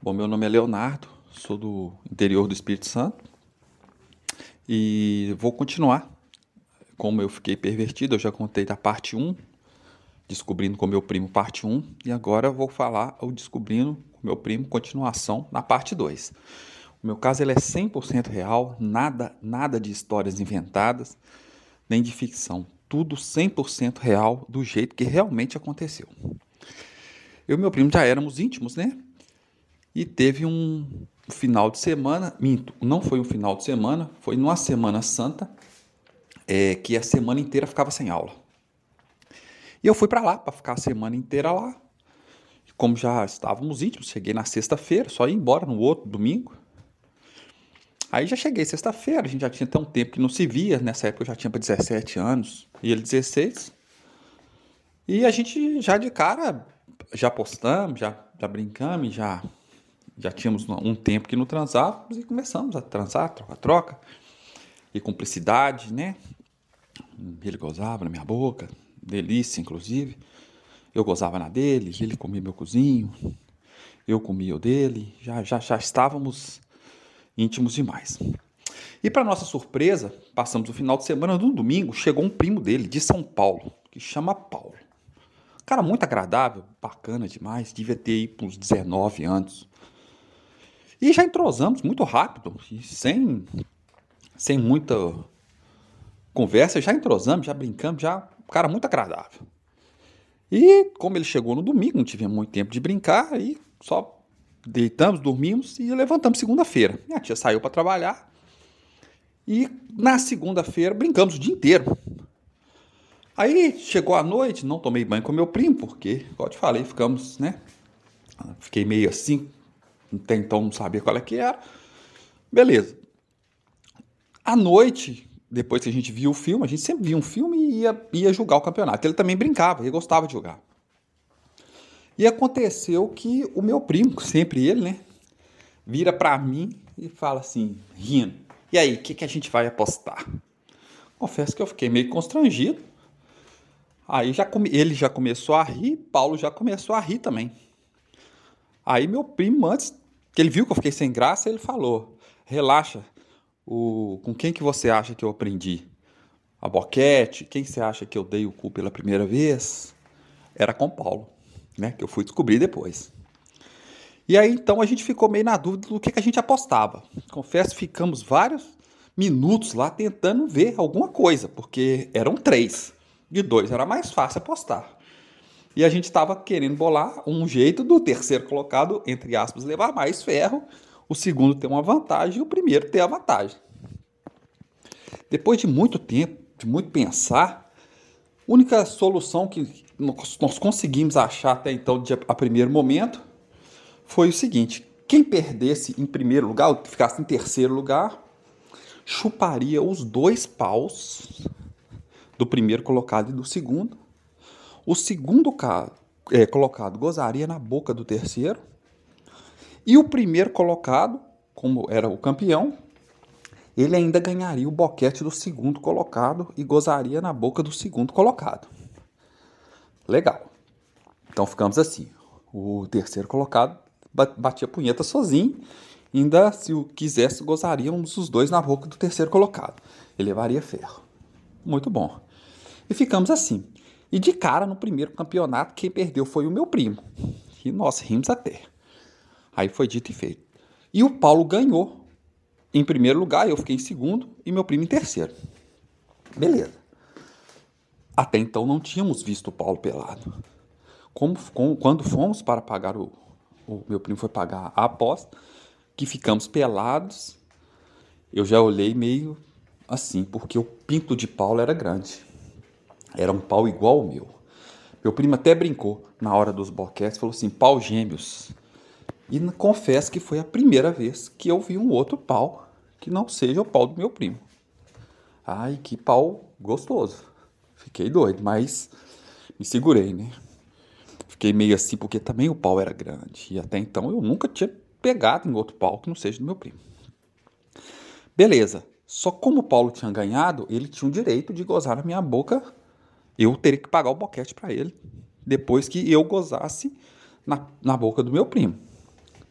Bom, meu nome é Leonardo, sou do interior do Espírito Santo e vou continuar. Como eu fiquei pervertido, eu já contei da parte um, descobrindo com meu primo parte um, e agora eu vou falar o descobrindo com meu primo continuação na parte 2. O meu caso ele é 100% real, nada de histórias inventadas, nem de ficção. Tudo 100% real, do jeito que realmente aconteceu. Eu e meu primo já éramos íntimos, né? E teve um final de semana, minto, não foi um final de semana, foi numa Semana Santa, que a semana inteira ficava sem aula. E eu fui para lá, para ficar a semana inteira lá. Como já estávamos íntimos, cheguei na sexta-feira, só ia embora no outro domingo. Aí já cheguei sexta-feira, a gente já tinha até um tempo que não se via, nessa época eu já tinha para 17 anos, e ele 16. E a gente já de cara, já postamos, já brincamos, já tínhamos um tempo que não transávamos e começamos a transar, troca-troca. E cumplicidade, né? Ele gozava na minha boca, delícia, inclusive. Eu gozava na dele, ele comia meu cozinho, eu comia o dele. Já estávamos íntimos demais. E para nossa surpresa, passamos o final de semana, no domingo, chegou um primo dele, de São Paulo, que chama Paulo. Cara muito agradável, bacana demais, devia ter aí uns 19 anos. E já entrosamos muito rápido, sem muita conversa, já entrosamos, já brincamos, já um cara muito agradável. E como ele chegou no domingo, não tivemos muito tempo de brincar, aí só deitamos, dormimos e levantamos segunda-feira. Minha tia saiu para trabalhar e na segunda-feira brincamos o dia inteiro. Aí chegou a noite, não tomei banho com meu primo, porque, como eu te falei, ficamos, né? Fiquei meio assim, até então não sabia qual é que era. Beleza. À noite, depois que a gente viu o filme, a gente sempre via um filme e ia jogar o campeonato. Ele também brincava, ele gostava de jogar. E aconteceu que o meu primo, sempre ele, né, vira pra mim e fala assim, rindo: "E aí, o que a gente vai apostar?" Confesso que eu fiquei meio constrangido. Aí ele já começou a rir, Paulo já começou a rir também. Aí meu primo, antes que ele viu que eu fiquei sem graça, ele falou: "Relaxa, com quem que você acha que eu aprendi? A boquete? Quem você acha que eu dei o cu pela primeira vez?" Era com Paulo, né? Que eu fui descobrir depois. E aí então a gente ficou meio na dúvida do que a gente apostava. Confesso, ficamos vários minutos lá tentando ver alguma coisa, porque eram 3. De 2 era mais fácil apostar. E a gente estava querendo bolar um jeito do terceiro colocado, entre aspas, levar mais ferro, o segundo ter uma vantagem e o primeiro ter a vantagem. Depois de muito tempo, de muito pensar, a única solução que nós conseguimos achar até então, a primeiro momento, foi o seguinte: quem perdesse em primeiro lugar, ou ficasse em terceiro lugar, chuparia os 2 paus do primeiro colocado e do segundo. O segundo colocado gozaria na boca do terceiro. E o primeiro colocado, como era o campeão, ele ainda ganharia o boquete do segundo colocado e gozaria na boca do segundo colocado. Legal. Então ficamos assim. O terceiro colocado batia a punheta sozinho. Ainda, se o quisesse, gozaríamos os 2 na boca do terceiro colocado. Ele levaria ferro. Muito bom. E ficamos assim. E de cara, no primeiro campeonato, quem perdeu foi o meu primo. E nós rimos até. Aí foi dito e feito. E o Paulo ganhou em primeiro lugar, eu fiquei em segundo e meu primo em terceiro. Beleza. Até então não tínhamos visto o Paulo pelado. Quando fomos para pagar o meu primo foi pagar a aposta, que ficamos pelados, eu já olhei meio assim, porque o pinto de Paulo era grande. Era um pau igual ao meu. Meu primo até brincou na hora dos boquetes, falou assim: "Pau gêmeos." E confesso que foi a primeira vez que eu vi um outro pau que não seja o pau do meu primo. Ai, que pau gostoso. Fiquei doido, mas me segurei, né? Fiquei meio assim porque também o pau era grande. E até então eu nunca tinha pegado em outro pau que não seja do meu primo. Beleza. Só como o Paulo tinha ganhado, ele tinha o direito de gozar na minha boca. Eu teria que pagar o boquete para ele depois que eu gozasse na boca do meu primo.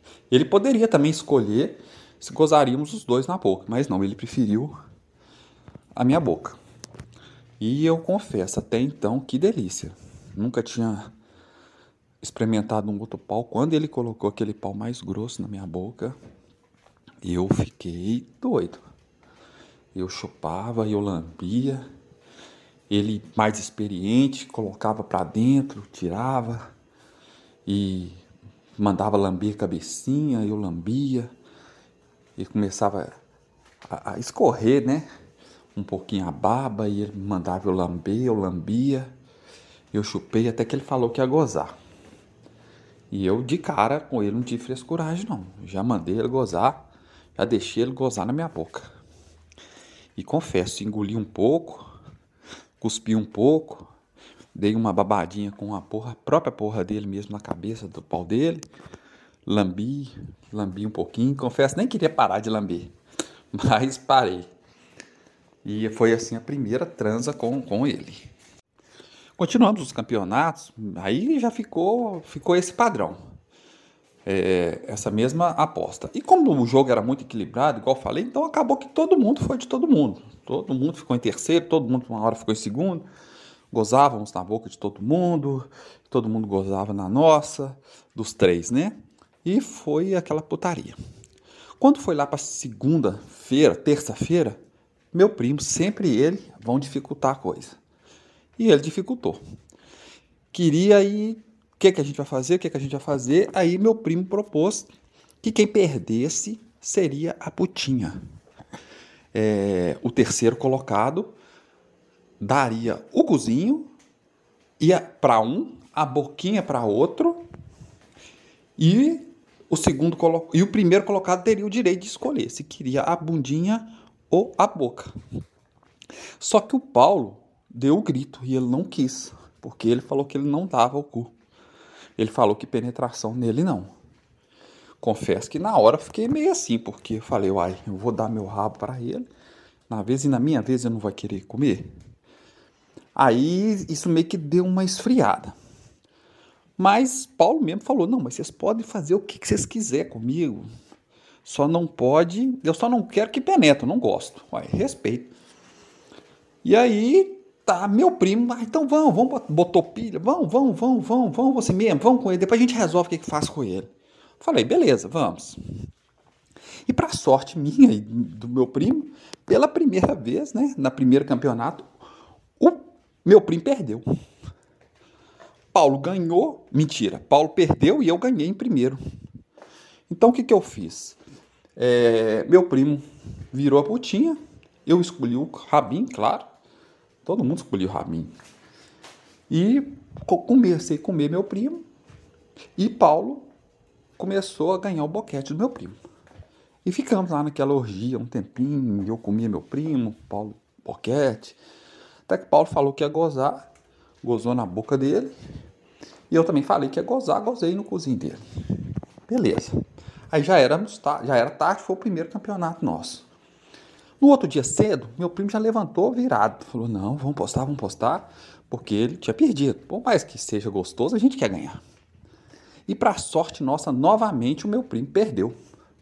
Ele poderia também escolher se gozaríamos os dois na boca, mas não, ele preferiu a minha boca. E eu confesso, até então, que delícia. Nunca tinha experimentado um outro pau. Quando ele colocou aquele pau mais grosso na minha boca, eu fiquei doido. Eu chupava, eu lambia. Ele, mais experiente, colocava pra dentro, tirava e mandava lamber a cabecinha, eu lambia. E começava a escorrer, né? Um pouquinho a baba, e ele mandava eu lamber, eu lambia. Eu chupei até que ele falou que ia gozar. E eu, de cara, com ele não tive frescuragem, não. Já mandei ele gozar, já deixei ele gozar na minha boca. E confesso, engoli um pouco, cuspi um pouco, dei uma babadinha com a própria porra dele mesmo na cabeça do pau dele, lambi um pouquinho. Confesso, nem queria parar de lamber, mas parei. E foi assim a primeira transa com ele. Continuamos os campeonatos, aí já ficou esse padrão, essa mesma aposta. E como o jogo era muito equilibrado, igual eu falei, então acabou que todo mundo foi de todo mundo. Todo mundo ficou em terceiro, todo mundo uma hora ficou em segundo. Gozávamos na boca de todo mundo gozava na nossa, dos três, né? E foi aquela putaria. Quando foi lá para segunda-feira, terça-feira, meu primo, sempre ele, vão dificultar a coisa. E ele dificultou. Queria ir, o que a gente vai fazer? Aí meu primo propôs que quem perdesse seria a putinha. O terceiro colocado daria o cozinho, ia para um, a boquinha para outro, e o primeiro colocado teria o direito de escolher se queria a bundinha ou a boca. Só que o Paulo deu o grito e ele não quis, porque ele falou que ele não dava o cu. Ele falou que penetração nele não. Confesso que na hora eu fiquei meio assim, porque eu falei, uai, eu vou dar meu rabo para ele, na minha vez ele não vai querer comer. Aí isso meio que deu uma esfriada. Mas Paulo mesmo falou, não, mas vocês podem fazer o que vocês quiserem comigo. Eu só não quero que penetre, eu não gosto. Uai, respeito. E aí, tá, meu primo, então vamos, botou pilha, vamos você mesmo, vamos com ele, depois a gente resolve o que faz com ele. Falei, beleza, vamos. E pra sorte minha e do meu primo, pela primeira vez, né, na primeiro campeonato, o meu primo perdeu. Paulo ganhou, mentira, Paulo perdeu e eu ganhei em primeiro. Então o que eu fiz? Meu primo virou a putinha, eu escolhi o rabinho, claro. Todo mundo escolheu o rabinho. E comecei a comer meu primo. E Paulo começou a ganhar o boquete do meu primo. E ficamos lá naquela orgia um tempinho. Eu comia meu primo, Paulo boquete. Até que Paulo falou que ia gozar. Gozou na boca dele. E eu também falei que ia gozar. Gozei no cozinho dele. Beleza. Aí já era tarde, foi o primeiro campeonato nosso. No outro dia cedo, meu primo já levantou virado. Falou, não, vamos postar, porque ele tinha perdido. Por mais que seja gostoso, a gente quer ganhar. E para sorte nossa, novamente o meu primo perdeu.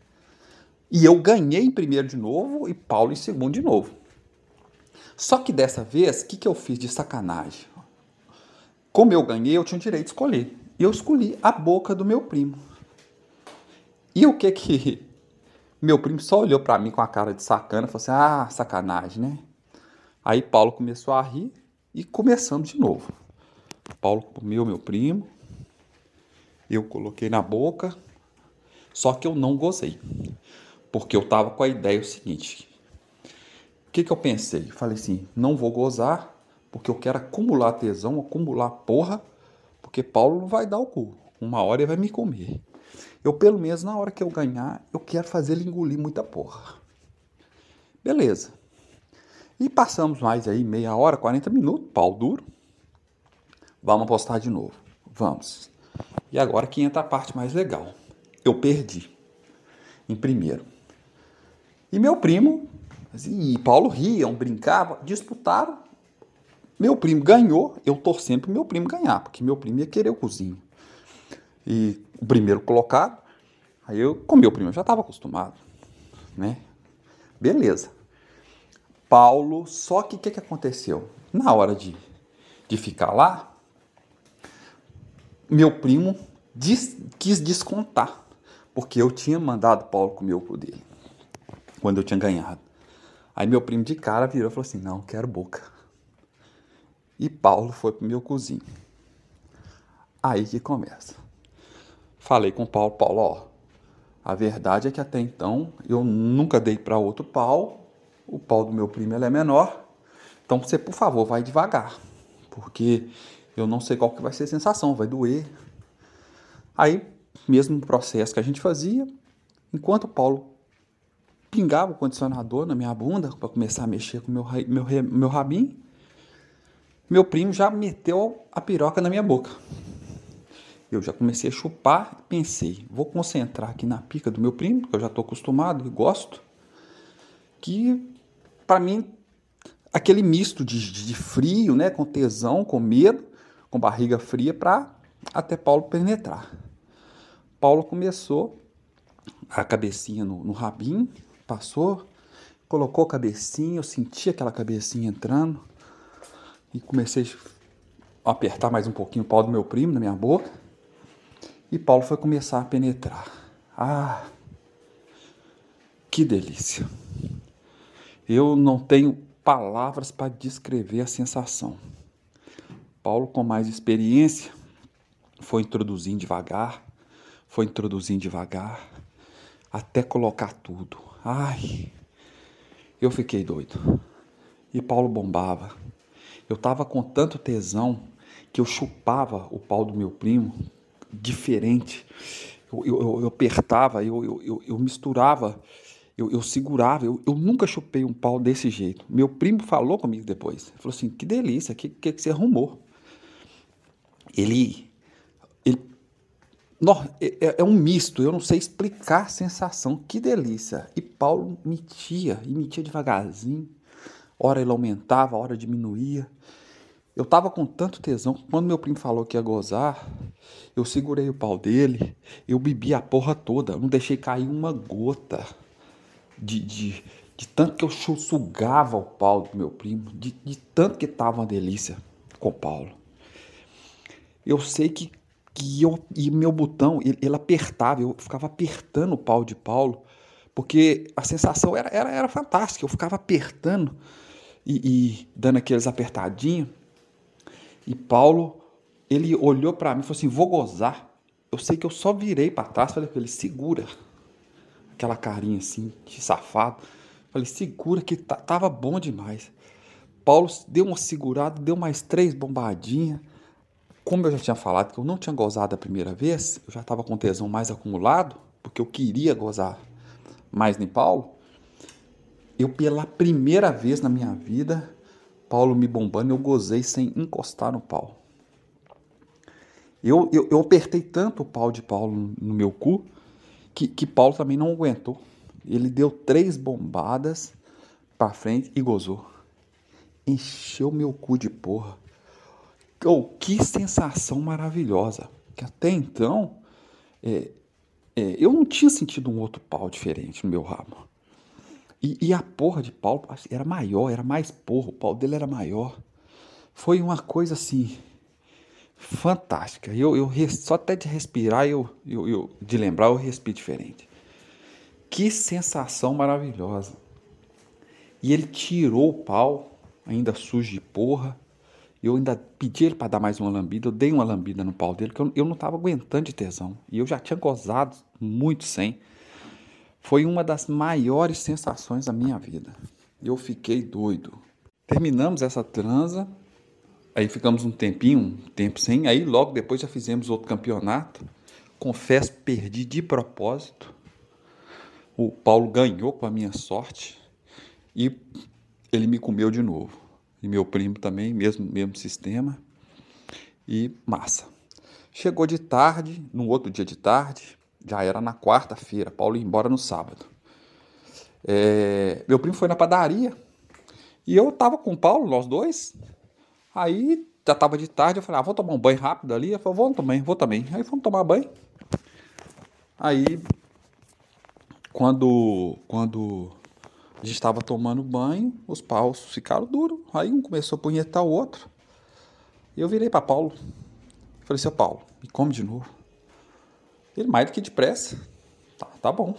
E eu ganhei em primeiro de novo e Paulo em segundo de novo. Só que dessa vez, o que eu fiz de sacanagem? Como eu ganhei, eu tinha o direito de escolher. E eu escolhi a boca do meu primo. E o que meu primo só olhou pra mim com a cara de sacana e falou assim, ah, sacanagem, né? Aí Paulo começou a rir e começamos de novo. Paulo comeu meu primo, eu coloquei na boca, só que eu não gozei. Porque eu tava com a ideia o seguinte, o que eu pensei? Falei assim, não vou gozar, porque eu quero acumular tesão, acumular porra, porque Paulo não vai dar o cu. Uma hora ele vai me comer. Eu, pelo menos, na hora que eu ganhar, eu quero fazer ele engolir muita porra. Beleza. E passamos mais aí meia hora, 40 minutos, pau duro. Vamos apostar de novo. Vamos. E agora que entra a parte mais legal. Eu perdi. Em primeiro. E meu primo, e Paulo riam, brincavam, disputaram. Meu primo ganhou, eu torcendo pro meu primo ganhar, porque meu primo ia querer o cozinho. E o primeiro colocado, Aí eu, com meu primo, eu já estava acostumado, né? Beleza. Paulo, só que o que aconteceu? Na hora de ficar lá, meu primo quis descontar, porque eu tinha mandado Paulo comer o cu dele, quando eu tinha ganhado. Aí meu primo de cara virou e falou assim, não, quero boca. E Paulo foi pro meu cozinho. Aí que começa. Falei com o Paulo, ó, a verdade é que até então eu nunca dei para outro pau, o pau do meu primo ele é menor, então você, por favor, vai devagar, porque eu não sei qual que vai ser a sensação, vai doer. Aí, mesmo processo que a gente fazia, enquanto o Paulo pingava o condicionador na minha bunda para começar a mexer com meu rabinho, meu primo já meteu a piroca na minha boca. Eu já comecei a chupar e pensei, vou concentrar aqui na pica do meu primo, que eu já estou acostumado e gosto, que para mim, aquele misto de frio, né, com tesão, com medo, com barriga fria, para até Paulo penetrar. Paulo começou a cabecinha no rabinho, passou, colocou a cabecinha, eu senti aquela cabecinha entrando e comecei a apertar mais um pouquinho o pau do meu primo na minha boca e Paulo foi começar a penetrar. Ah, que delícia! Eu não tenho palavras para descrever a sensação. Paulo, com mais experiência, foi introduzindo devagar, até colocar tudo. Ai, eu fiquei doido. E Paulo bombava. Eu tava com tanto tesão que eu chupava o pau do meu primo diferente. Eu apertava, eu misturava, eu segurava. Eu nunca chupei um pau desse jeito. Meu primo falou comigo depois. Ele falou assim, que delícia, que você arrumou? Ele é um misto, eu não sei explicar a sensação, que delícia. E Paulo metia devagarzinho, hora ele aumentava, hora diminuía. Eu tava com tanto tesão, quando meu primo falou que ia gozar, eu segurei o pau dele, eu bebi a porra toda, eu não deixei cair uma gota de tanto que eu sugava o pau do meu primo, de tanto que tava uma delícia com o Paulo. Eu sei que e meu botão, ele apertava, eu ficava apertando o pau de Paulo, porque a sensação era fantástica, eu ficava apertando e dando aqueles apertadinhos, e Paulo, ele olhou pra mim e falou assim, vou gozar. Eu sei que eu só virei pra trás, falei com ele, segura, aquela carinha assim, de safado, falei, segura que tava bom demais. Paulo deu uma segurada, deu mais 3 bombadinhas. Como eu já tinha falado que eu não tinha gozado a primeira vez, eu já estava com tesão mais acumulado, porque eu queria gozar mais em Paulo, eu pela primeira vez na minha vida, Paulo me bombando, eu gozei sem encostar no pau. Eu apertei tanto o pau de Paulo no meu cu, que Paulo também não aguentou. Ele deu 3 bombadas para frente e gozou. Encheu meu cu de porra. Oh, que sensação maravilhosa, que até então eu não tinha sentido um outro pau diferente no meu rabo. E a porra de Paulo era maior, era mais porra, o pau dele era maior. Foi uma coisa assim, fantástica. Só até de respirar, de lembrar, eu respiro diferente. Que sensação maravilhosa. E ele tirou o pau, ainda sujo de porra. Eu ainda pedi ele para dar mais uma lambida, eu dei uma lambida no pau dele, porque eu não estava aguentando de tesão. E eu já tinha gozado muito sem. Foi uma das maiores sensações da minha vida. Eu fiquei doido. Terminamos essa transa, aí ficamos um tempo sem, aí logo depois já fizemos outro campeonato. Confesso, perdi de propósito. O Paulo ganhou com a minha sorte e ele me comeu de novo. E meu primo também, mesmo sistema. E massa. Chegou de tarde, no outro dia de tarde, já era na quarta-feira, Paulo ia embora no sábado. Meu primo foi na padaria e eu tava com o Paulo, nós dois. Aí já tava de tarde, eu falei, vou tomar um banho rápido ali. Ele falou, vou também. Aí fomos tomar banho. Aí Quando a gente estava tomando banho, os paus ficaram duros. Aí um começou a punhetar o outro. E eu virei para Paulo. Falei, seu Paulo, me come de novo. Ele, mais do que depressa. Tá bom.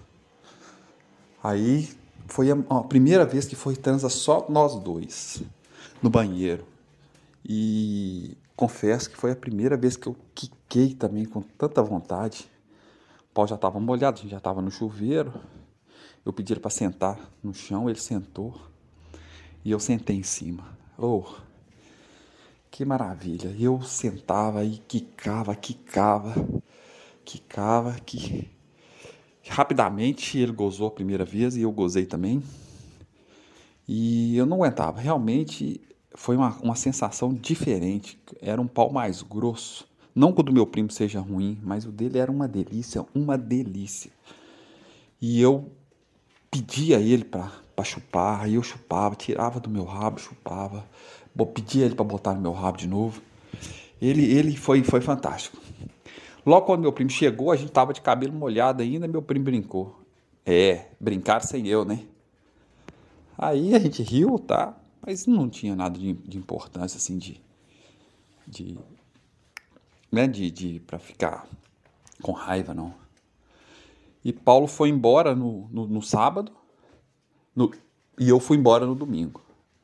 Aí foi a primeira vez que foi transa só nós dois no banheiro. E confesso que foi a primeira vez que eu quiquei também com tanta vontade. O pau já estava molhado, a gente já estava no chuveiro. Eu pedi ele para sentar no chão, ele sentou e eu sentei em cima. Oh, que maravilha! Eu sentava e quicava. Rapidamente ele gozou a primeira vez e eu gozei também. E eu não aguentava. Realmente foi uma sensação diferente. Era um pau mais grosso. Não que o do meu primo seja ruim, mas o dele era uma delícia, uma delícia. E eu pedia ele para chupar, aí eu chupava, tirava do meu rabo, chupava, pedia ele para botar no meu rabo de novo. Ele foi fantástico. Logo quando meu primo chegou, a gente tava de cabelo molhado ainda, meu primo brincou. Brincar sem eu, né? Aí a gente riu, tá? Mas não tinha nada de importância, assim, pra ficar com raiva, não. E Paulo foi embora no sábado, e eu fui embora no domingo.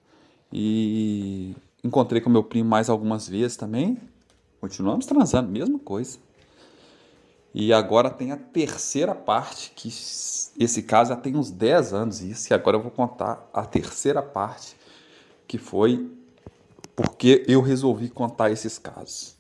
E encontrei com meu primo mais algumas vezes também. Continuamos transando, mesma coisa. E agora tem a terceira parte, que esse caso já tem uns 10 anos isso, e agora eu vou contar a terceira parte, que foi porque eu resolvi contar esses casos.